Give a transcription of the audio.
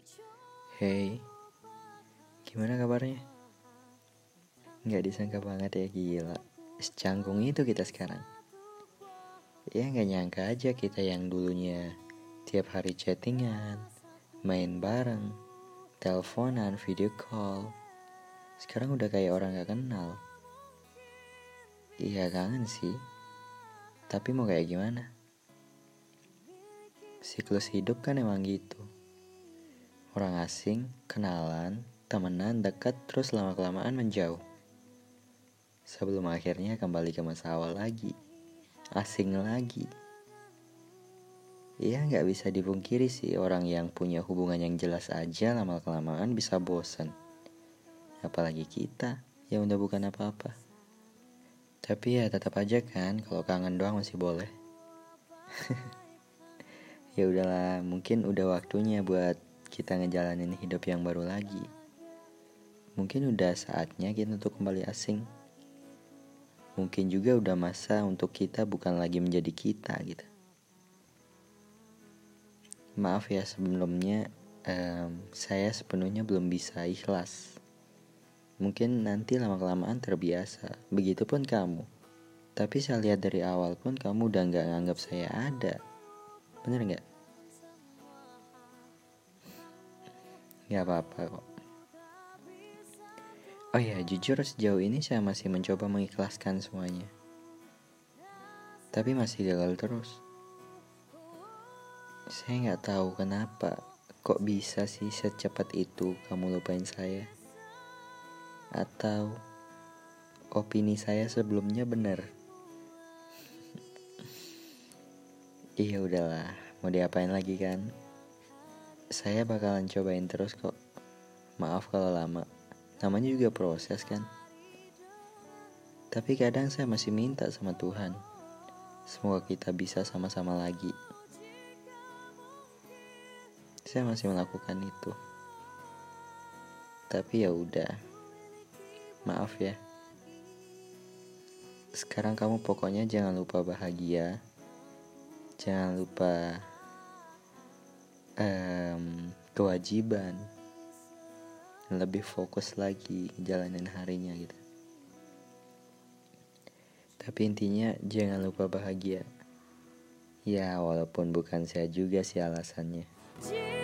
Hey, gimana kabarnya? Nggak disangka banget ya, gila. Secanggung itu kita sekarang. Ya nggak nyangka aja kita yang dulunya tiap hari chattingan, main bareng, teleponan, video call. Sekarang udah kayak orang gak kenal. Iya kangen sih, tapi mau kayak gimana? Siklus hidup kan emang gitu. Orang asing, kenalan, temenan, dekat, terus lama-kelamaan menjauh. Sebelum akhirnya kembali ke masa awal lagi. Asing lagi. Ya gak bisa dipungkiri sih, orang yang punya hubungan yang jelas aja lama-kelamaan bisa bosan. Apalagi kita yang udah bukan apa-apa. Tapi ya tetap aja kan, kalau kangen doang masih boleh. Ya udahlah, mungkin udah waktunya buat kita ngejalanin hidup yang baru lagi. Mungkin udah saatnya kita untuk kembali asing. Mungkin juga udah masa untuk kita bukan lagi menjadi kita gitu. Maaf ya sebelumnya, saya sepenuhnya belum bisa ikhlas. Mungkin nanti lama-kelamaan terbiasa. Begitupun kamu. Tapi saya lihat dari awal pun kamu udah gak nganggap saya ada. Bener gak? Gak apa-apa kok. Oh ya, jujur sejauh ini saya masih mencoba mengikhlaskan semuanya. Tapi masih gagal terus. Saya gak tahu kenapa. Kok bisa sih secepat itu kamu lupain saya? Atau opini saya sebelumnya benar? Iya udahlah, mau diapain lagi kan? Saya bakalan cobain terus kok. Maaf kalau lama. Namanya juga proses kan. Tapi kadang saya masih minta sama Tuhan, semoga kita bisa sama-sama lagi. Saya masih melakukan itu. Tapi ya udah. Maaf ya. Sekarang kamu pokoknya jangan lupa bahagia. Jangan lupa kewajiban. Lebih fokus lagi jalanin harinya gitu. Tapi intinya jangan lupa bahagia. Ya walaupun bukan saya juga sih alasannya.